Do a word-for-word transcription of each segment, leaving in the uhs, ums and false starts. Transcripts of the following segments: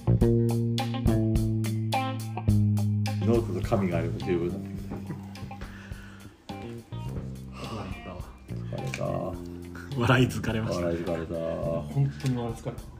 ノートと紙があれば十分なんだけど。疲れた。 笑い疲れました。 笑い疲れた。 本当に笑い疲れた。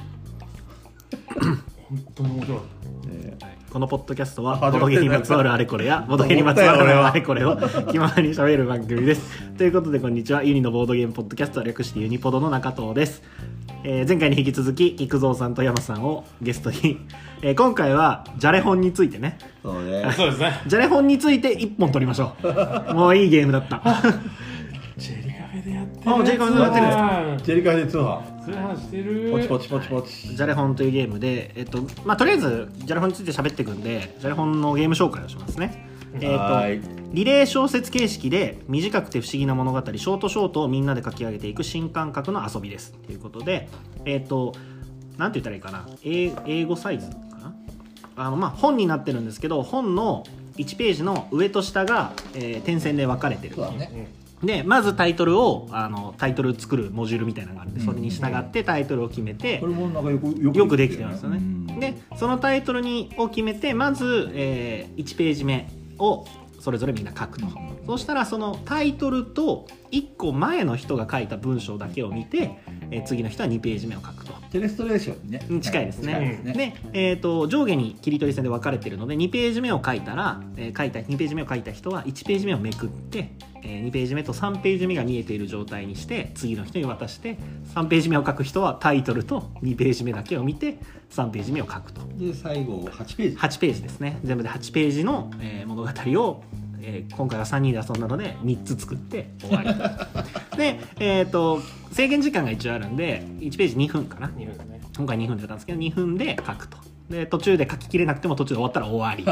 本当に面白かった。 ね、このポッドキャストはボドゲにまつわるあれこれやボドゲにまつわるあれこれを気ままに喋る番組です。ということでこんにちは、ユニのボードゲームポッドキャスト略してユニポドの中藤です。えー、前回に引き続き育三さんと山さんをゲストに、えー、今回はジャレ本についてね。 そうね。 そうですね。 ジャレ本について一本取りましょう。もういいゲームだった。 ジェリカフェでやってる。 あ、ジェリカフェでやってるんですか。 ジェリカフェで通販。 通販してる。 ポチポチポチポチ。 ジャレ本というゲームで、えっとまあ、とりあえずジャレ本について喋っていくんで、ジャレ本のゲーム紹介をしますね。えー、とリレー小説形式で短くて不思議な物語、ショートショートをみんなで書き上げていく新感覚の遊びですということで、えー、となんて言ったらいいかな、英, 英語サイズかな、あの、まあ、本になってるんですけど、本のいちページの上と下が、えー、点線で分かれてる。 そうだね。 でまずタイトルをあのタイトル作るモジュールみたいなのがあるんで、それに従ってタイトルを決めて、 これもなんかよくよくよくできてますよね。 うん、 でそのタイトルにを決めて、まず、えー、いちページ目をそれぞれみんな書くと、うん、そうしたらそのタイトルといっこまえの人が書いた文章だけを見て、えー、次の人はにページ目を書くと。 テレストレーションにね、 うん、近いですね。 近いですね。 で、えー、と上下に切り取り線で分かれているので、にページ目を書いたら、えー、書いたにページ目を書いた人はいちページ目をめくって、えー、にページ目とさんページ目が見えている状態にして次の人に渡して、さんページ目を書く人はタイトルとにページ目だけを見てさんページ目を書くと。で最後はちページ。 はちページですね。全部ではちページの、えー、物語を、えー、今回はさんにんで遊んだのでみっつ作って終わりで、えー、と制限時間が一応あるんでいちページにふんかな。 にふんですね。 今回にふんでやったんですけど、にふんで書くと。で途中で書ききれなくても途中で終わったら終わり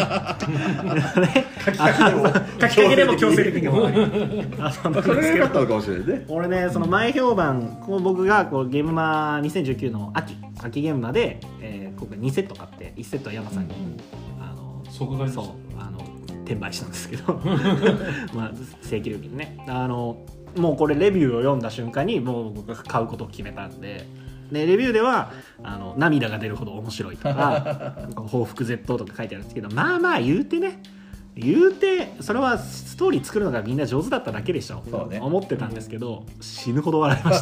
書きかけでも強制的に終わりそれが良かったのかもしれないね。 俺ね、その前評判、こう僕がこうゲームマにせんじゅうきゅうの秋秋ゲームマで、えー、今回にセット買って、いちセットは山さんに、うん、あの即買いそうあの転売したんですけどまあ正規料金ね、あのもうこれレビューを読んだ瞬間にもう僕が買うことを決めたんで、でレビューではあの涙が出るほど面白いとか報復絶倒とか書いてあるんですけど、まあまあ言うてね言うてそれはストーリー作るのがみんな上手だっただけでしょ、 そうね、 思ってたんですけど、死ぬほど笑いま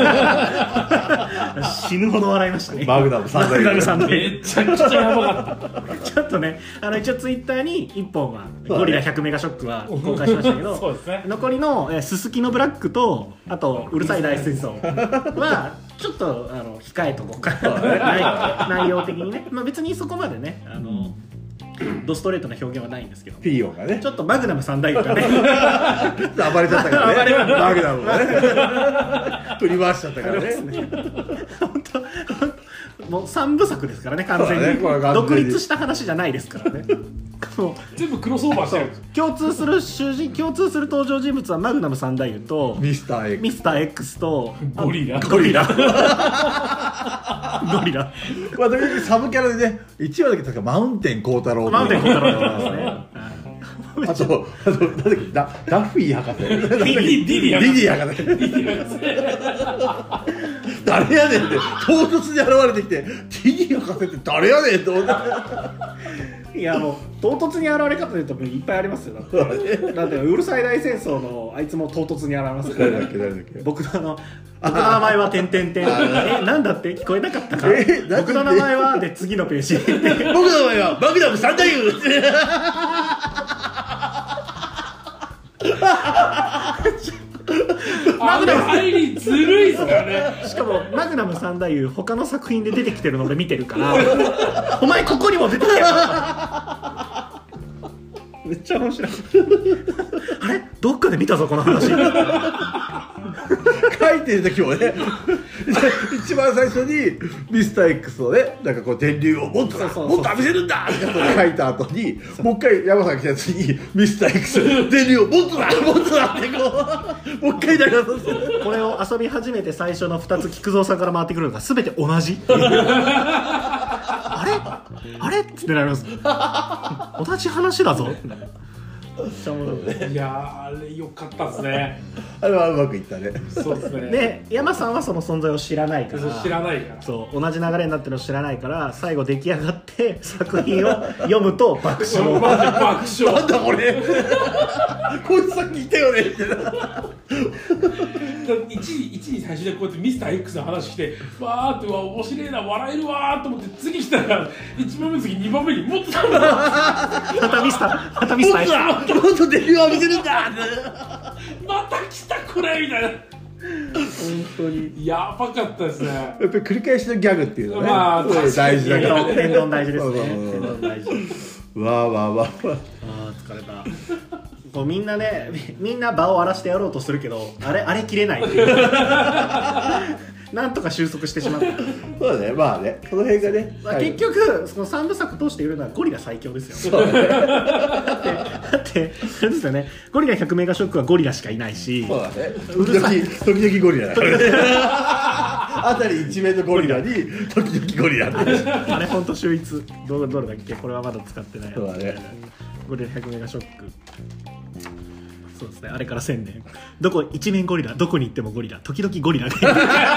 した死ぬほど笑いましたね。 マグナムさんだけめちゃくちゃやばかったちょっとね、あの一応ツイッターにいっぽんはゴリラひゃくメガショックは公開しましたけどそうですね、 残りのすすきのブラックとあとうるさい大戦争はちょっとあの控えとこうか内容的にね、まあ、別にそこまでねあの、うんドストレートな表現はないんですけど、 ピーヨンがねちょっとマグナム三大がね暴れちゃったからねマグナムがね振り回しちゃったからね本当もう三部作ですからね、完全に、ね、独立した話じゃないですからねもう全部クロスオーバーしてる。 共通する主人共通する登場人物はマグナム三太夫とミスター X ミスター X とゴリラゴリラゴリラまあ、とにかくサブキャラでね、いちわだけ確かマウンテン幸太郎マウンテン幸太郎ですねあと、あと、なんだっけ、ダ, ダッフィー博士ディディディディディ博士誰やねんって唐突に現れてきて、ディディ博士って誰やねんと思っていやもう唐突に現れ方で言うといっぱいありますよ。だってだってうるさい大戦争のあいつも唐突に現れますから、ね、 誰だっけ誰だっけ僕のあの僕の名前はてんてんてんえなんだって聞こえなかったか、え僕の名前はで次のページ僕の名前はマグナム三太夫マグナム入りずるいっすからね。 しかもマグナム三太夫他の作品で出てきてるので見てるからお前ここにも出てきてるめっちゃ面白いあれどっかで見たぞこの話書いてる時もね一番最初にミスター X のねなんかこう電流をもっとだもっと浴びせるんだって書いた後にもう一回山さん来たやつにミスター X 電流をもっとだもっとだってこうもう一回だからこれを遊び始めて最初のふたつ菊蔵さんから回ってくるのが全て同じあれあれってなります同じ話だぞちゃおもろい。 いやーあれ良かったですね。 あれはうまくいったね。 そうですね。 で山さんはその存在を知らないから知らないからそう同じ流れになってるのを知らないから最後出来上がって作品を読むと爆笑。 マジ爆笑。 なんだこれこいつさっきいたよねって一時一時最初でこうやってミスター X の話してわーってわ面白いな笑えるわーと思って次来たらいちばんめの次にばんめにもっとなんだまたミスターまたミスター X もっとデビューを見せるんだまた来たこれみたいな。 本当にやばかったですね。 やっぱり繰り返しのギャグっていうのね、 まあすごい大事だからね。 天丼大事ですね。 そうそうそう天丼大事。 わーわーわーわー。 あー疲れた。こうみんなねみんな場を荒らしてやろうとするけどあれあれ切れないっていうなんとか収束してしまった。 そうだね、まあね、その辺がね、 まあ、結局そのさんぶさく通して言うのはゴリラ最強ですよ。 そうだね、 だってだってあれですよね、ゴリラひゃくメガショックはゴリラしかいないし、 そうだね、 うるさい時々時々ゴリラだからねあたり一面のゴリラに時々ゴリラってあれ本当秀逸。どれどれだっけ、これはまだ使ってない。 そうだね、 ゴリラひゃくメガショック。そうですね、あれからせんねん。どこ一面ゴリラ、どこに行ってもゴリラ、時々ゴリラがいる、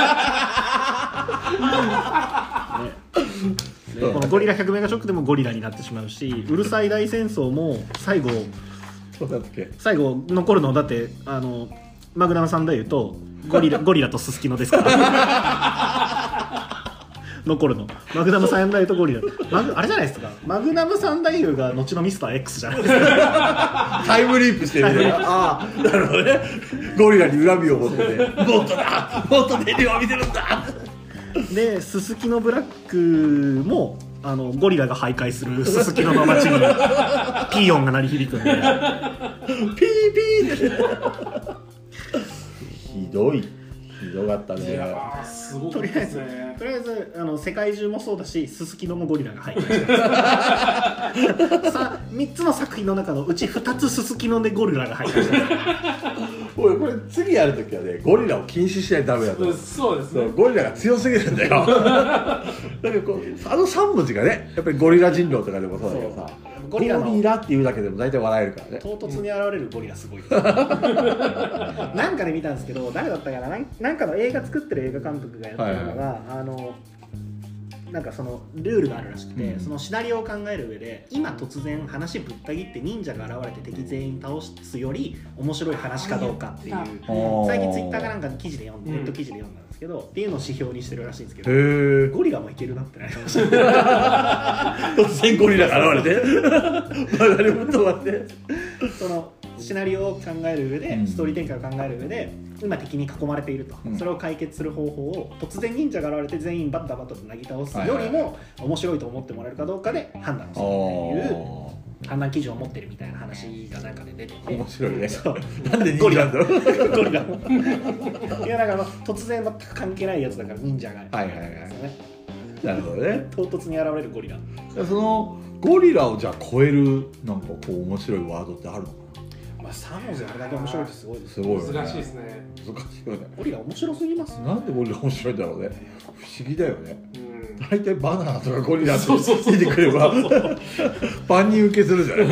ねね、このゴリラひゃくメガショックでもゴリラになってしまうし、うるさい大戦争も最後そうだっけ、 最後残るのだってあのマグナム三太夫とゴリラゴリラとススキノですから残るのマグナム三太夫とゴリラ、マグあれじゃないですか、マグナム三太夫が後のミスター X じゃないですかタイムリープしてるね。ああ、なるほどね。ゴリラに恨みを持ってて、もっとだ、もっとデビューを見せるんだ。 でススキノブラックもあのゴリラが徘徊するススキノの街にピー音が鳴り響くんでピーピーってひどい、ひどかったいね。 やーすごかったですね。 とりあえずあの世界中もそうだしススキノもゴリラが徘徊してますさみっつの作品の中のうちふたつススキノでゴリラが徘徊してますおい、これ次やるときはね、ゴリラを禁止しないとダメだと。 そうですね。 ゴリラが強すぎるんだよだからこうあのさん文字がね、やっぱりゴリラ人狼とかでもそうだけどさ、ゴリゴリラのラっていうだけでも大体笑えるからね。 唐突に現れるゴリラすごいなんかで見たんですけど、誰だったかな、なんなんかの映画作ってる映画監督がやってるのが、はいはい、あのなんかそのルールがあるらしくて、うん、そのシナリオを考える上で今突然話ぶった切って忍者が現れて敵全員倒すより面白い話かどうかっていう、最近ツイッターかなんかの記事で読んで、ネット記事で読んだんですけど、っていうのを指標にしてるらしいんですけど、 へゴリラもいけるなってなりました突然ゴリラが現れて誰も止まってそのシナリオを考える上で、うん、ストーリー展開を考える上で今敵に囲まれていると、うん、それを解決する方法を突然忍者が現れて全員バッタバッタとなぎ倒すよりも面白いと思ってもらえるかどうかで判断するっていう判断基準を持ってるみたいな話がなんかで出てて、 面白いね。なんで忍者なんだろうゴリラいやなんか突然全く関係ないやつだから忍者が、 はいはいはい、なるほどね。 唐突に現れるゴリラ、 そのゴリラをじゃあ超えるなんかこう面白いワードってあるのかな。 まあ、さん文字あれだけ面白いってすごいですすごいよね。 難しいですね。 難しいよね。 ゴリラ面白すぎます。 なんでゴリラ面白いんだろうね。不思議だよね。 うん、 大体バナナとかゴリラって出てくれば万人受けするじゃない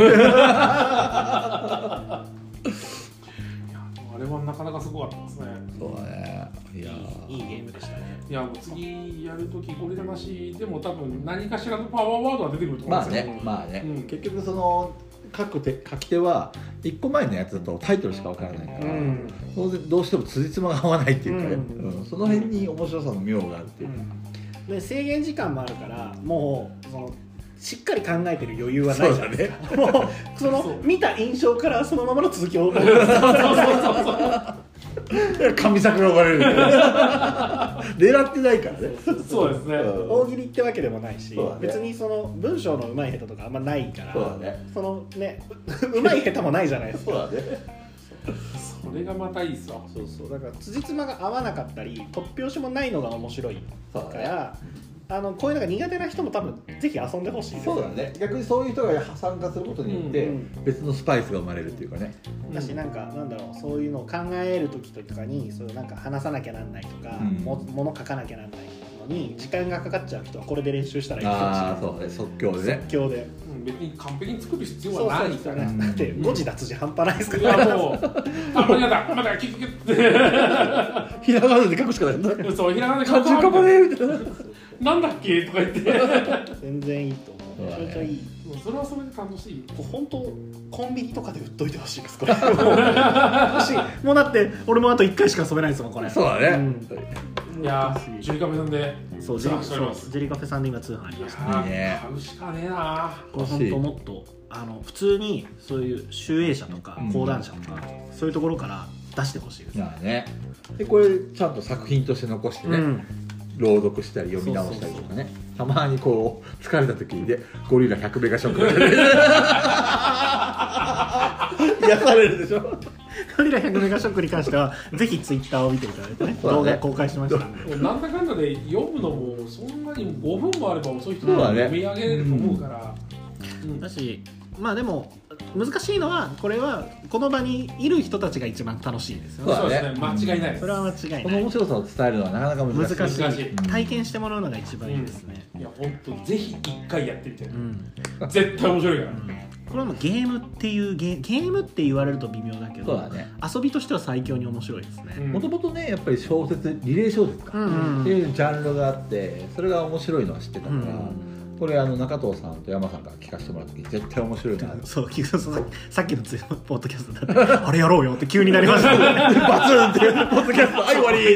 あれはなかなかすごかったですね。 そうだね。いやいいゲームでしたね。 いやもう次やるときゴリラなしでも多分何かしらのパワーワードは出てくると思うんですけど、 まあね、まあね、うん、結局その各手書き手はいっこまえのやつだとタイトルしかわからないから、うん、どうしても辻褄が合わないっていうかね、うんうん、その辺に面白さの妙があるっていう、 うん、で制限時間もあるからもうそのしっかり考えてる余裕はないじゃないですか。そうだね、もうその見た印象からそのままの続きを神作が生まれる狙ってないからね。 そうですね、 大喜利ってわけでもないし、 ね、 別にその文章の上手い下手とかあんまないから、 そうだね、 そのね上手い下手もないじゃないですか。 そうだね、 それがまたいいっすわ。 そうそう、だから辻褄が合わなかったり突拍子もないのが面白いから、あのこういうのが苦手な人も多分ぜひ遊んでほしいです。 そうだね、逆にそういう人が参加することによって別のスパイスが生まれるっていうかね、 うん、だしなんかなんだろう、そういうのを考える時とかにそういうなんか話さなきゃなんないとか、うん、も物書かなきゃなんないのに時間がかかっちゃう人はこれで練習したらいいかもしれない。 ああそうね、即興でね。 即興で、 うん、別に完璧に作る必要はないそうそうですよね。だって誤字脱字半端ないですかいら。 やもうあ間に合ったまだキュキュキュってひらがなで書くしかないんだ。 そうひらがなで漢字かもねみたいな。 なんだっけとか言って全然いいと思う。めちゃめちゃいい。 もうそれはそれで楽しい。 本当コンビニとかで売っといてほしいですこれ。もう欲しい。もうだって俺もあといっかいしか遊べないですもんこれ。 そうだね。 うん、いやージュリカフェさんでそうジェリそうジェリカフェさんで今通販ありましたね。いいね。買うしかねえな。 これ本当もっとあの普通にそういう集英社とか講談社とか、うん、そういうところから出してほしいです。 まあね。でこれちゃんと作品として残してね。うん、朗読したり読み直したりとかね。そうそうそうたまにこう疲れた時にでゴリラひゃくメガショック癒されるでしょ。 ゴリラひゃくメガショックに関してはぜひツイッターを見ていただいてね、動画公開しましたんで。 なんだかんだで読むのもそんなにごふんもあれば遅い人が読み上げると思うから。 うん、だしまあでも難しいのはこれはこの場にいる人たちが一番楽しいですよね。 そうですね、間違いないです。 それは間違いない。 この面白さを伝えるのはなかなか難しい。 難しい。 難しい。 体験してもらうのが一番いいですね。 うん、いや本当ぜひ一回やってみて、うん、絶対面白いから、うん、 これはもうゲームっていうゲーゲームって言われると微妙だけど、 そうだね、 遊びとしては最強に面白いですね。 もともとねやっぱり小説リレー小説か、うんうん、っていうジャンルがあってそれが面白いのは知ってたから、うんうん、これあの中藤さんと山さんから聞かせてもらった時絶対面白いなそうそのさっきのツイポッドキャストだってあれやろうよって急になりましたねバツンってポッドキャストはい終わり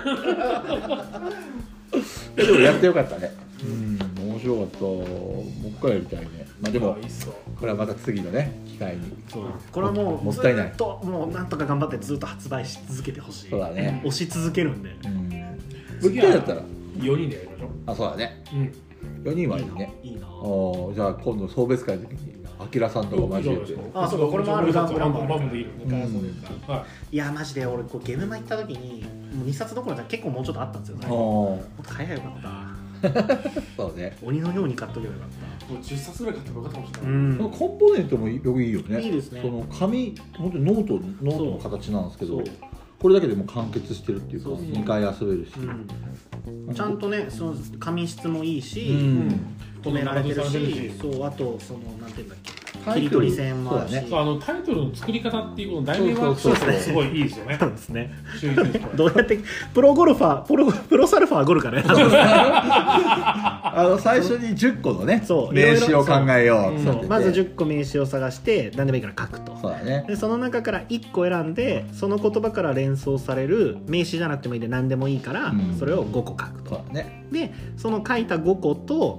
ってでもやってよかったね。うん面白かった。もう一回やりたいね。まあでもこれはまた次のね機会に。そうこれはもうもったいない。 ずっともうなんとか頑張ってずっと発売し続けてほしい。 そうだね。 押し続けるんで。 うん。次はだったらよにんでやりましょう。 あそうだね。 うん。 よにんはいいね。 いいな。 おじゃあ今度送別会の時にアキラさんとか交えて。 あそうかこれもある。バムでいいのね。 いやマジで俺こうゲームマ行った時にもうにさつどころじゃ結構もうちょっとあったんですよ。もっと買えばよかった。 そうね。 鬼のように買っとけばよかった。 もうじゅっさつぐらい買ってもよかったかもしれない。 うん、そのコンポーネントもよくいいよね。 いいですね。 その紙本当にノートノートの形なんですけど、これだけでも完結してるっていうかにかい遊べるし、 うん、ちゃんとねその紙質もいいし、うん、止められてるし、そうあとそのなんていうんだっけ。切り取り線もあるし、 そうあのタイトルの作り方っていうこの題名はすごいいいですよね。 そうですね。どうやってプロゴルファープロプロサルファーゴルかね。 あの最初にじゅっこのね名詞を考えよう。 そうまずじゅっこ名詞を探して何でもいいから書くと。 そうだね。 でその中からいっこ選んでその言葉から連想される名詞じゃなくてもいいんで何でもいいから、うん、それをごこ書くと。 そうだね。 でその書いたごこと、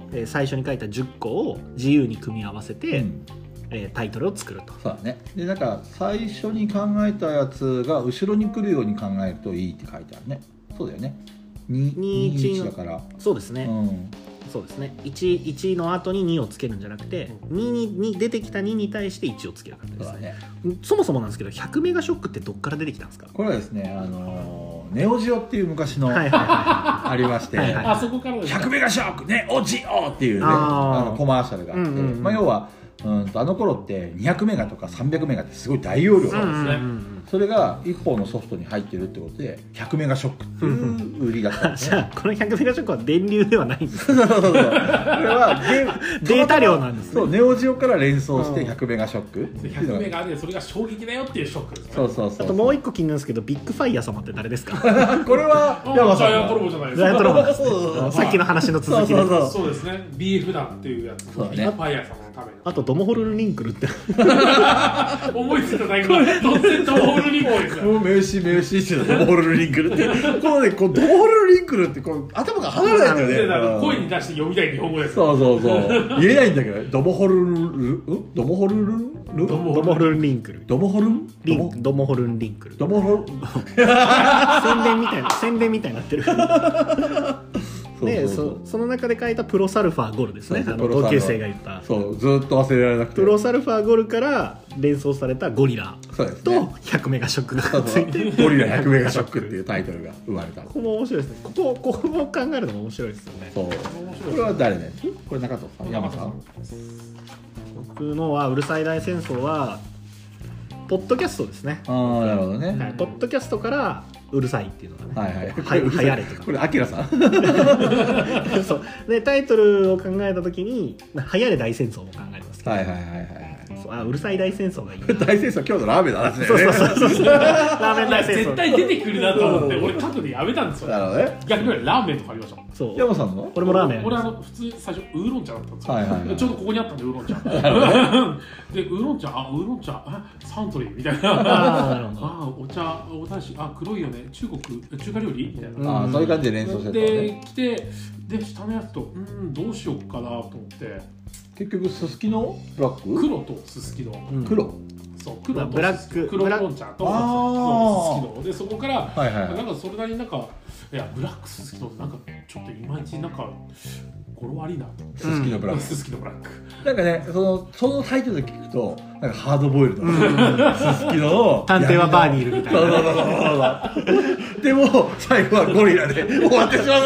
えー、最初に書いたじゅっこを自由に組み合わせて。うんえー、タイトルを作ると。 そうだね。でなんか最初に考えたやつが後ろに来るように考えるといいって書いてあるね。そうだよね。に、に、いちだから。 そうですね。うん、そうですね。いち、いちの後ににをつけるんじゃなくて、うん、ににに出てきたにに対していちをつける感じですね。そうだね。そもそもなんですけどひゃくメガショックってどっから出てきたんですか？ これはですね、あのー、ネオジオっていう昔のありまして、 あそこからひゃくメガショックネオジオっていうねあのコマーシャルがあって、うんうんうん、まあ要はうんとあの頃ってにひゃくメガとかさんびゃくメガってすごい大容量なんですね、うんうんうん、それがいっぽんのソフトに入ってるってことでひゃくメガショックっていう売りだったんですね。 じゃあこのひゃくメガショックは電流ではないんですか？そうそうそうそうこれはデータ量なんですね。 そうネオジオから連想してひゃくメガショック、 うん、ひゃくメガでそれが衝撃だよっていうショックですね。 そうそうそう。 あともう一個気になるんですけどビッグファイヤー様って誰ですか？ これは山さんジャイアントロボじゃないですか。 ジャイアントロボです、ね、さっきの話の続きで。 そうそうそうそうですね。ビーフだっていうやつ、 そう、ね、 ビッグファイヤー様のために。 あとドモホルルリンクルって思いついたタイミングで突然ドモホルルリンクルですよ。 もう名詞名詞ってドモホルルリンクルってこのねこうドモホルルリンクルってこう頭が離れないんだよね。 声に出して読みたい日本語です。 そうそうそう言えないんだけどドモホルルんドモホルルルドモホルルリンクルドモホルンリンドモホルンリンクルドモホル宣伝みたいな宣伝みたいになってる。で そ, その中で書いたプロサルファーゴルですね。あの同級生が言ったそうずっと忘れられなくてプロサルファーゴルから連想されたゴリラとひゃくメガショックがついて、 ね、ゴリラひゃくメガショックっていうタイトルが生まれた。 ここも面白いですね。ここここも考えるのも面白いですよね。 そうこれは誰ねこれ中藤さん山さん。 僕のはうるさい大戦争はポッドキャストですね。 ああなるほどね、 はい、ポッドキャストからうるさいっていうのがね、 はいはい、 は流行れとかこれアキラさんそうでタイトルを考えた時に流行れ大戦争も考えますけど、 はいはいはいはいそうあうるさい大戦争がいいな大戦争今日のラーメンの話だそうよね。 そうそうそうラーメン大戦争絶対出てくるなと思って俺書くのやめたんですよ。 なるほどね。 逆に言えばラーメンとかありましたもん。 そう山さんの俺もラーメン俺あの普通最初ウーロン茶だったんですよ、 はいはいはいちょうどここにあったんでウーロン茶でウーロン茶あウーロン茶あサントリーみたいなあーなるほどあお茶おだしあ黒いよね中国中華料理みたいな、 ああそういう感じで連想してたのでね。 来てで下のやつとうんどうしようかなと思って結局すすきのブラック黒とすすきの、 うん黒そう黒とブラック黒ウーロン茶とあーすすきのでそこから、 はいはいはいなんかそれなりになんかいやブラックすすきのなんかちょっといまいちなんか語呂悪いなと思ってすすきのブラック、 すすきのブラックなんかねそのそのタイトルで聞くとなんかハードボイルドすすきの探偵はバーにいるみたいなそうそうそうそうでも最後はゴリラで終わってしまう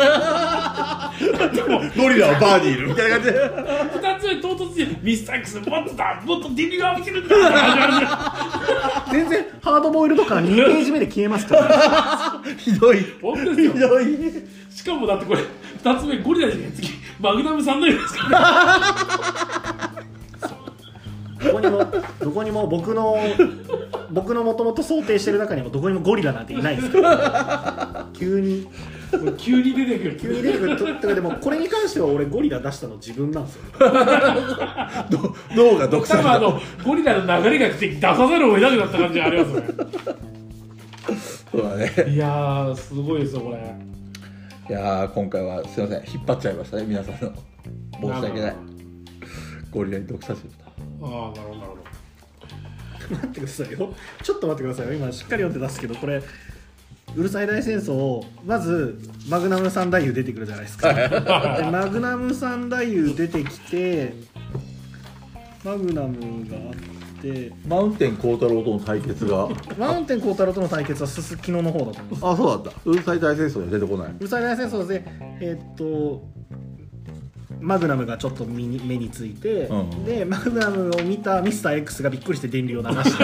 ゴリラはバーにいるみたいな感じで二つ目唐突にミスター X もっとだもっと電流が浴びてるんだって始まる全然ハードボイルドからにページ目で消えますからねひどい本当ですよひどいしかもだってこれ二つ目ゴリラじゃない次マグナムさんのようですからねどこにもどこにも僕の僕のもともと想定してる中にもどこにもゴリラなんていないですから急に急に出てくる急に出てくるととかでもこれに関しては俺ゴリラ出したの自分なんですよど脳が毒された多分あのゴリラの流れが来て出さざるを得なくなった感じがありますよねそうだねいやーすごいですよこれいやー今回はすいません引っ張っちゃいましたね皆さんの申し訳ないゴリラに毒させてたああなるほどなるほど待ってくださいよちょっと待ってくださいよ今しっかり読んで出すけどこれうるさい大戦争をまずマグナム三太夫出てくるじゃないですかでマグナム三太夫出てきてマグナムがあってマウンテン幸太郎との対決がマウンテン幸太郎との対決はすすきのの方だと思うんですあそうだったうるさい大戦争には出てこないうるさい大戦争でえーっとマグナムがちょっと目に目について、 うんうんでマグナムを見たミスター X がびっくりして電流を流して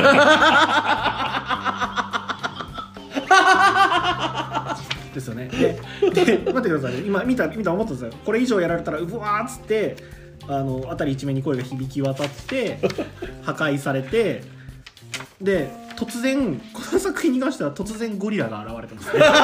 ですよねでで待ってくださいね今見た見た思ったんですよこれ以上やられたらうわーっつってあの辺り一面に声が響き渡って破壊されてで突然この作品に関しては突然ゴリラが現れてますね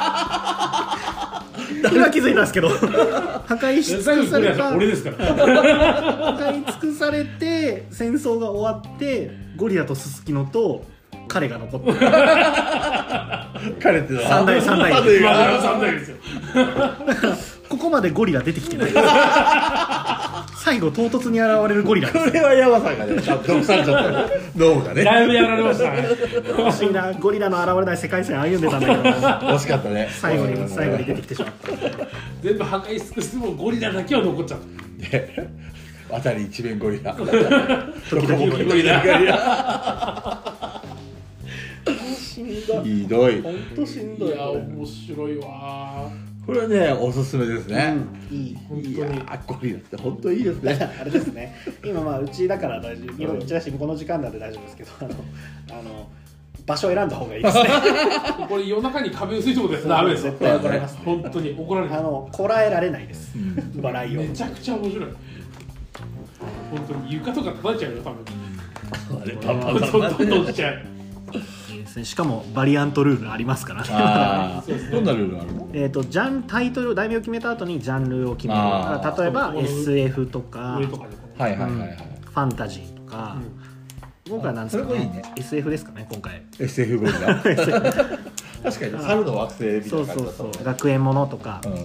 今気づいたんですけど破壊し尽くされた俺ですから破壊尽くされて戦争が終わってゴリラとススキノと彼が残ってる彼ってのは三代三代マグナムさんだけですよここまでゴリラ出てきてない最後唐突に現れるゴリラですこれは山さんがねちゃんと毒されちゃったね脳がねだいぶやられましたね惜しいなゴリラの現れない世界線歩んでたんだけどな惜しかったね最後に最後に出てきてしまった全部破壊し尽くしてもゴリラだけは残っちゃうで辺り一面ゴリラ時々ゴリラゴリラしんどいひどいほんとしんどいいや面白いわこれはねおすすめですね、 いい本当にいやーゴリラって本当いいですねあれですね今まあうちだから大丈夫今うちだしこの時間なんで大丈夫ですけどあのあの場所を選んだ方がいいですねこれ夜中に壁薄いところですダメですよ絶対怒られます本当に怒られるあのこらえられないです笑いをめちゃくちゃ面白い本当に床とか叩いちゃうよ多分あれどんどんどんどんしちゃういいですねしかもバリアントルールありますからねあそうですねどんなルールがあるのえーとジャンタイトル題名を決めた後にジャンルを決めるあー例えばそうエスエフ とか上とかでこうはいはいはいはい、 ファンタジーとか、今回はなんですかねそれもいいねエスエフ ですかね今回エスエフ ゴリラ確かに猿の惑星みたそいうな感じだったもんねそうそう学園ものとか、 うんうん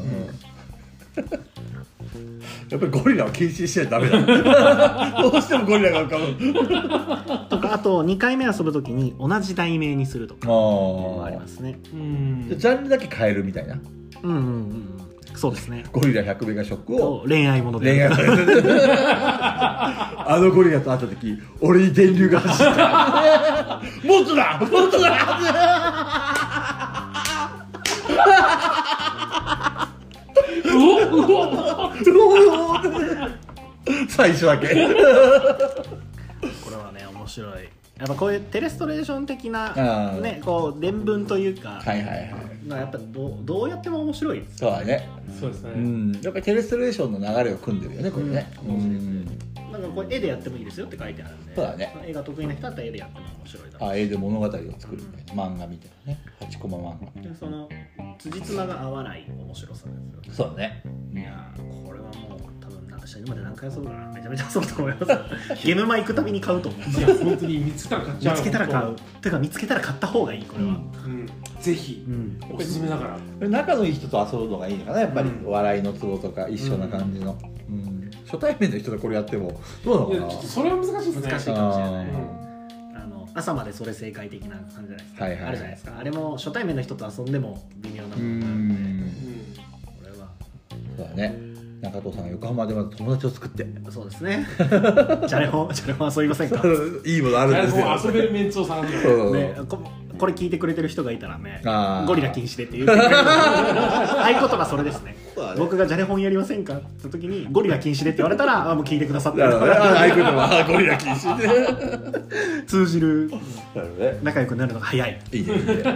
やっぱりゴリラは禁止しないとダメだどうしてもゴリラが浮かぶとかあとにかいめ遊ぶときに同じ題名にするとかもありますねうんジャンルだけ変えるみたいなうんうんうんそうですねゴリラひゃくメガショックをと恋愛もので恋愛あのゴリラと会った時俺に電流が走ったもっとだもっとだうおうお最初だけこれはね面白いやっぱこういうテレストレーション的なねこう伝聞というか、 はいはいはい、 やっぱどうどうやっても面白いです。 そうだね。 そうですね。 うん、やっぱりテレストレーションの流れを組んでるよねこれね。 面白いですね。なんかこれ絵でやってもいいですよって書いてあるんで。 そうだね。 絵が得意な人だったら絵でやっても面白いだろう。 あ、絵で物語を作るみたいな、漫画みたいなね、はちコマ漫画。 でその辻褄が合わない面白さですよ。そうだね。 いやこれはもう多分なんか死ぬまで何回遊ぶかな、めちゃめちゃ遊ぶと思います。ゲームマ行くたびに買うと思う。 いや本当に見つけたら買っちゃう。 見つけたら買う。てか見つけたら買った方がいいこれは。うんうんぜひ、うん、おすすめだから。 仲のいい人と遊ぶのがいいのかなやっぱり、うん、笑いのツボとか一緒な感じの。うんうん、初対面の人とこれやってもどうなのかな。いやちょっとそれは難しいですね。 難しいかもしれない。あの朝までそれ正解的な感じじゃないですか。はいはい、あるじゃないですか。あれも初対面の人と遊んでも微妙なものになるんで。うんこれはそうだね。中藤さんが横浜でまず友達を作って。 そうですね。じゃれほんじゃれほん遊びませんか。 いいものあるんですよ。 遊べるメンツを探すね。これ聞いてくれてる人がいたらね、ゴリラ禁止でって言ってくれる。合言葉それですね。僕がじゃれ本やりませんかって時にゴリラ禁止でって言われたら、あもう聞いてくださってる。合言葉ゴリラ禁止で通じる。仲良くなるのが早い。いいね。いやこれ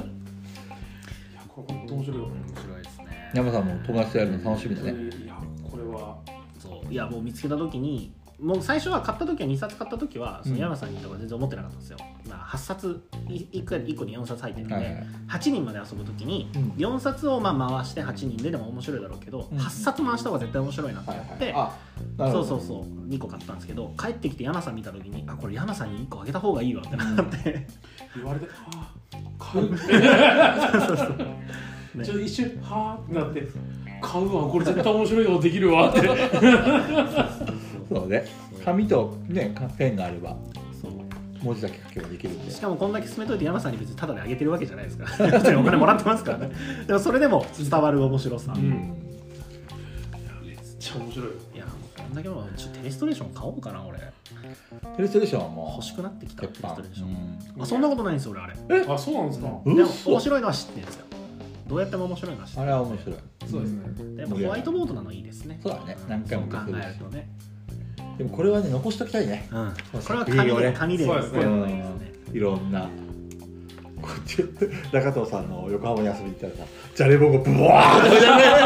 本当面白いよ。 面白いですね。 山さんも友達とやるの楽しみだね。 いやこれはそういやもう見つけた時に。もう最初は買った時はにさつ買った時はその山さんにとか全然思ってなかったんですよ、まあ、はっさつ い, くいっこによんさつ入ってるんで、はいはい、はちにんまで遊ぶ時によんさつをまあ回してはちにんででも面白いだろうけど、うん、はっさつ回した方が絶対面白いなと思って、はいはい、そうそうそうにこ買ったんですけど帰ってきて山さん見た時にあこれ山さんにいっこあげた方がいいわってなって言われてあ買うそうそうそう、ね、ちょっと一瞬はーってなって買うわこれ絶対面白いよできるわってそうね、紙と、ね、ペンがあればそう文字だけ書けばできるんでしかもこんだけ進めといて山さんに別にタダであげてるわけじゃないですからお金もらってますからねでもそれでも伝わる面白さ、うん、めっちゃ面白い。 いやこんだけもちょっとテレストレーション買おうかな俺。 テレストレーションはもう欲しくなってきた。テレストレーション、うん、あそんなことないんですよ俺あれ。 えあそうなんですか、 うん、でも面白いのは知ってるんですよ。どうやっても面白いのは知ってる。 あれは面白い。 そうですね。 でもホワイトボードなのいいですね。 そうだね、何回も考えるとね。 でもこれはね残しときたいね、 うん、これは紙で紙で残るのがいいですね。 いろんなこっち中藤さんの横浜に遊びに行ったらさじゃれぼこブワーって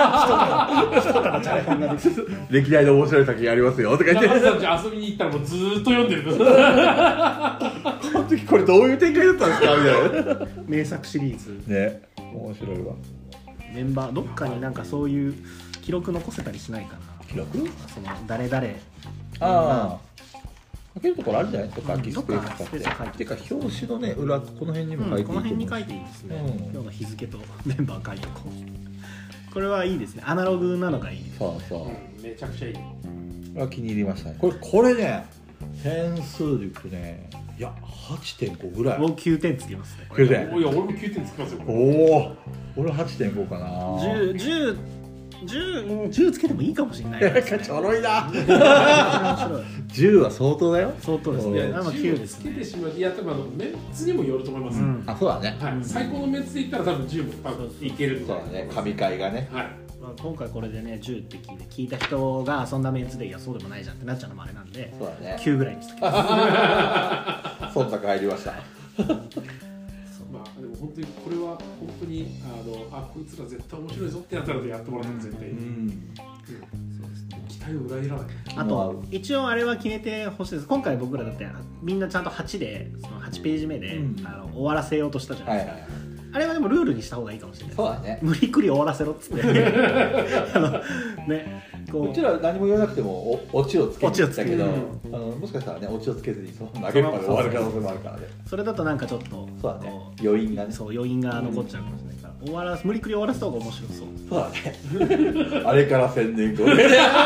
歴代の面白い作品ありますよとか言って中藤さん遊びに行ったらもうずーっと読んでるこの時これどういう展開だったんですかみたいな名作シリーズね面白いわ。 メンバーどっかになんかそういう記録残せたりしないかな。 記録その誰々 ああ書けるところあるじゃないですか、 うん、 キスペースとかっててか表紙のね裏この辺にも書いていい、うん、 この辺に書いていいですね、うん、今日の日付とメンバー書いてこうこれはいいですね。アナログなのがいいです、ね、 そうそう、 うん、めちゃくちゃいい。これは気に入りましたね。これこれね点数でいくとねいや はってんご ぐらい。 僕きゅうてんつけますね。 きゅうてん。 いや俺もきゅうてんつけますよ。 おお俺 はってんご かな。 じゅう じゅうじゅう じゅうつけてもいいかもしれないです、ね、 ちょろいなじゅうは相当だよ。 相当ですね。あきゅうですね。 つけてしまう。いや多分メンツにもよると思います、うん、 あそうだね、 はい、最高のメンツでいったら多分じゅうも多分いける。 そうだね神回がね、 はい、 まあ、今回これでねじゅうって聞いて聞いた人がそんなメンツでいやそうでもないじゃんってなっちゃうのもあれなんで、 そうだねきゅうぐらいにしときます忖度入りましたまあでも本当にこれは本当にあのあこいつら絶対面白いぞってやったらやってもらったら絶対に、うんうんうん、そうですね。期待を裏切らない。 あと一応あれは決めてほしいです。今回僕らだってみんなちゃんとはちでそのはちページ目で、うん、あの終わらせようとしたじゃないですか、はいはいはい。あれはでもルールにした方がいいかもしれない。 そうだね。 無理くり終わらせろっつってあのねこうこちら何も言わなくてもおオチをつけてたけど、あのもしかしたらねオチをつけずにその投げっぱで終わる可能性もあるからね。 それだとなんかちょっとそうだね余韻がね。 そう余韻が残っちゃうかもしれないから、うん、終わら無理くり終わらせた方が面白そう。 そうだねあれからせんねんごね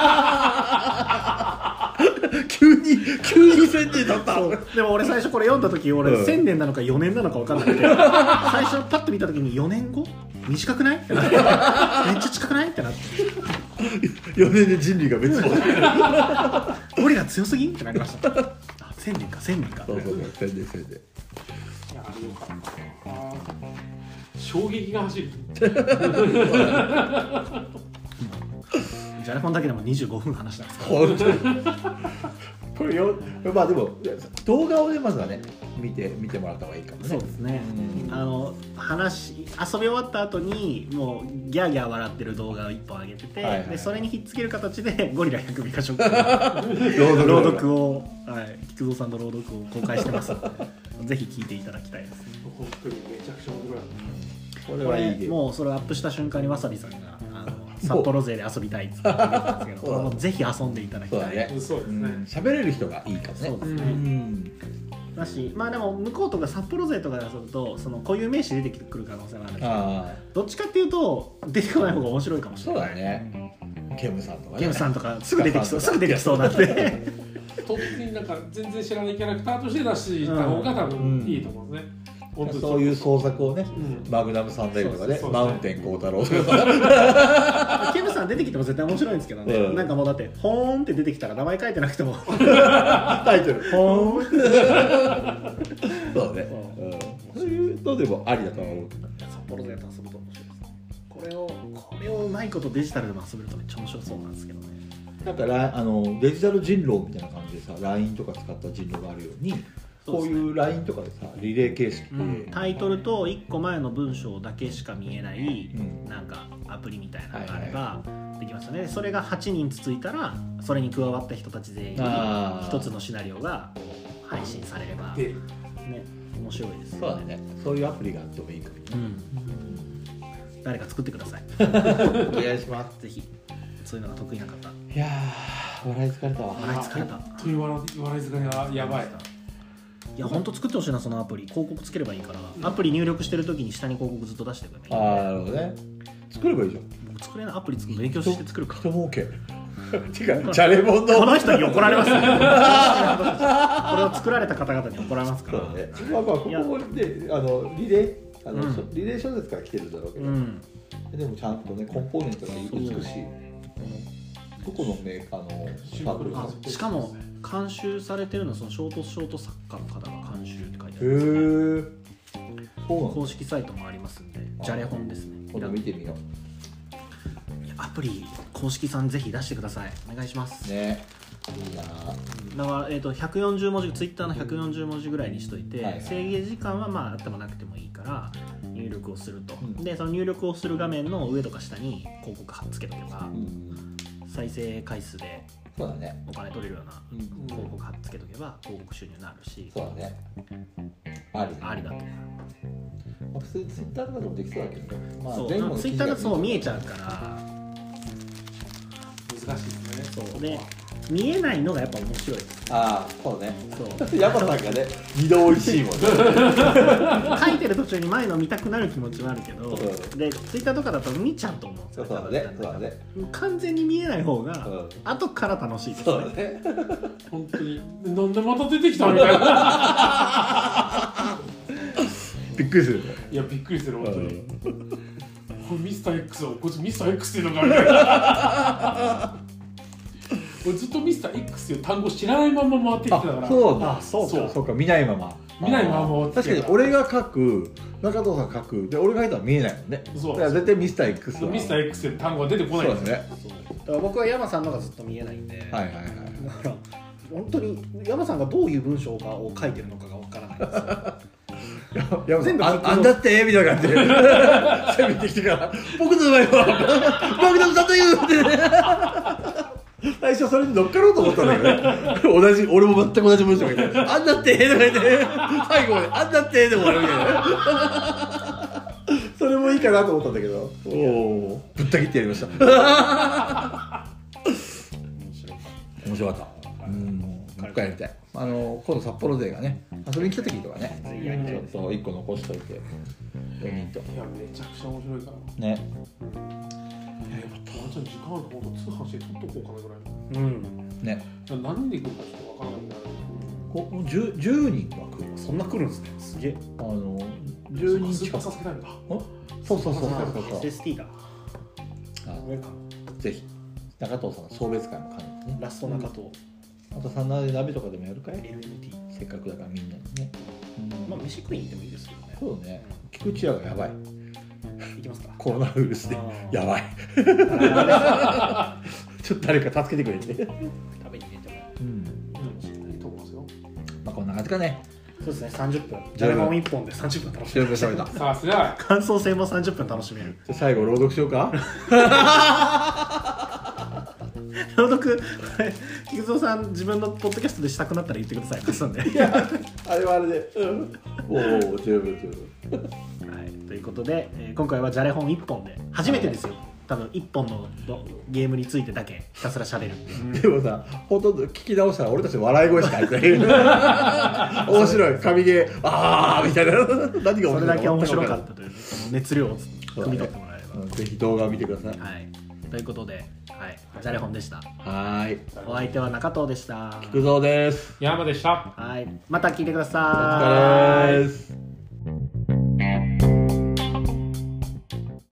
急に急にせんねんだった。 でも俺最初これ読んだ時俺、うん、せんねんなのかよねんなのか分かんなくて最初パッと見た時によねんご短くないってなってめっちゃ近くないってなってよねんで人類が滅亡ゴリラ強すぎんってなりましたあせんねんかせんねんかそうそうそうせんねんせんねん。いやあれよかった衝撃が走るジャレフォンだけでもにじゅうごふん話したんですか。 本当にこれよ、まあでも動画をねまずはね見て見てもらった方がいいかもね。 そうですね、うん、あの話遊び終わった後にもうギャーギャー笑ってる動画をいっぽん上げてて、はいはい、でそれにひっつける形でゴリラ百尾かショックの朗読を、はい、菊蔵さんの朗読を公開してますのでぜひ聞いていただきたいですね。 本当にめちゃくちゃ面白い。 これはいい。 もうそれをアップした瞬間にわさびさんがあの札幌勢で遊びたいって言ってたんですけどもうぜひ遊んでいただきたい。 そうですね。 喋れる人がいいかもね。 そうですね、うんだし、まあでも向こうとか札幌勢とかで遊ぶとその固有名詞出てくる可能性もあるんですけど、どっちかっていうと出てこない方が面白いかもしれない。 そうだね。ケムさんとかね。 ケムさんとかすぐ出てきそうすぐ出てきそうなんでとっくになんか全然知らないキャラクターとして出した方が多分いいと思うんですね。 本当そういう創作をね、うん、マグナムサンダイルとかね、マウンテン幸太郎とかケムさん出てきても絶対面白いんですけどね、うん、なんかもうだってホーンって出てきたら名前書いてなくてもタイトルホーンそうね、うん、そういうのでもありだと思う。 札幌でやったら遊ぶと面白いですね。これをこれをうまいことデジタルでも遊べるとめっちゃ面白そうなんですけどね。 だからあのデジタル人狼みたいな感じでさ ライン とか使った人狼があるようにこういう ライン とかでさリレー形式で、うん、 タイトルといっこまえの文章だけしか見えない、うん、なんかアプリみたいなのがあればできますよね、はいはい、それがはちにんつついたらそれに加わった人たち全員にひとつのシナリオが配信されれば、ね、面白いですよね。 そうだね。そういうアプリがあってもいいかも、うん、 誰か作ってくださいお願いします。 ぜひそういうのが得意な方。 いやー笑い疲れたわ。 笑い疲れた。 本当に笑い疲れがやばい。 いや本当作ってほしいなそのアプリ。広告つければいいから、うん、アプリ入力してる時に下に広告ずっと出してくればいい。 ああなるほどね。作ればいいじゃん。 僕作れないアプリ作るの勉強して作るか。 人儲け。違うチャレモンのこの人に怒られますよ。これを作られた方々に怒られますから。 そうね。まあまあここであのリレーあの、うん、リレー小説から来てるんだろうけど、うん、でもちゃんとねコンポーネントが美しい。どこのメーカーのサークルか。 しかも監修されてるのはそのショートショート作家の方が監修って書いてあるんです。へー。公式サイトもありますんで、ジャレ本ですね。 今度見てみよう。 アプリ公式さんぜひ出してください。お願いしますね。いいな。 だから、えーと、ひゃくよんじゅうもじツイッターのひゃくよんじゅうもじぐらいにしといて、はいはい、制限時間はまああってもなくてもいいから入力をすると、うん、でその入力をする画面の上とか下に広告貼っつけとけば、うん、再生回数でお金取れるような広告貼っつけとけば広告収入になるし、 そうだね。ありありだと思う。 まあ、普通にツイッターとかでもできそうだけど、まあ、 そう前後のツイッターだとそう見えちゃうから難しいですね。 そうで見えないのがやっぱ面白いです。 ああそうね。そう山さんがね二度おいしいもんね。 書いてる途中に前の見たくなる気持ちはあるけど、でツイッターとかだと見ちゃうと思うんですよ。 そうだね。そうだね。 完全に見えない方が、うん、後から楽しいですね。そうだね。 本当になんでまた出てきたみたいな。 びっくりする。 いやびっくりする本当に。これミスター X をこいつミスター X っていうのかみたいな。俺ずっとミスター X っていう単語知らないまま回ってきてたから。 そうだ。そうかそうか見ないまま。 見ないまま。 確かに俺が書く中藤さん書くで俺が書いたら見えないもんね。そう。だから絶対ミスター X は。 ミスター X って単語が出てこないんですね。 だから僕は山さんのがずっと見えないんで。 はいはいはい。 だから本当に山さんがどういう文章を書いてるのかがわからないんですよ。 いや全部 あ, あんだってみたいな感じで攻めてきてから僕の名前は僕のさんというって最初それに乗っかろうと思ったんだけどね同じ俺も全く同じ文章がいてあんだってとか言って最後まであんだってで終わるみたいなそれもいいかなと思ったんだけどおおぶった切ってやりました面白かったうんもう一回やりたい。あの今度札幌勢がね遊びに来た時とかねちょっといっこ残しといてよにんと。 いやめちゃくちゃ面白いからね。いやよかった。ちょっと時間あると本当通販して撮っとこうかなぐらいの。うん。 ね。 何人で来るかちょっとわからないんだけど。 こうじゅう、じゅうにんは来る。 そんな来るんですね。すげえ。 あのじゅうにん近く。 スーパーサスケタイムだ。 そうそうそうそうそうそう。 エスエスティー だ。 あぜひ中藤さんの送別会も兼ねてね。 ラスト中藤。 あとサンナーで鍋とかでもやるかいエルエムティーせっかくだからみんなにね、 うん、まあ飯食いに行ってもいいですけどね。 そうね、菊池屋がやばい行きますか。 コロナウイルスでやばいちょっと誰か助けてくれて食べに行っても、うん、 こんな感じかね。 そうですね、さんじゅっぷんじゃれもんいっぽんでさんじゅっぷん楽しめる。 十分喋った。 さすが感想戦もさんじゅっぷん楽しめる。 じゃ最後朗読しようか。 朗読菊蔵さん自分のポッドキャストでしたくなったら言ってください。貸すんで。 いやあれはあれで、うん、おお十分十分。 はい、ということで、えー、今回はじゃれ本いっぽんで初めてですよ、多分いっぽんのゲームについてだけひたすら喋るっていう。 でもさ、ほとんど聞き直したら俺たち笑い声しか入ってない。面白い神ゲー、あーみたいな。何が面白いかそれだけ面白かったという熱量を汲み取ってもらえれば、 うん、ぜひ動画を見てください。 はい、ということで、はい、じゃれ本でした。 はい、 お相手は中藤でした。 菊蔵です。 山でした。 はい、また聞いてください。 お疲れです。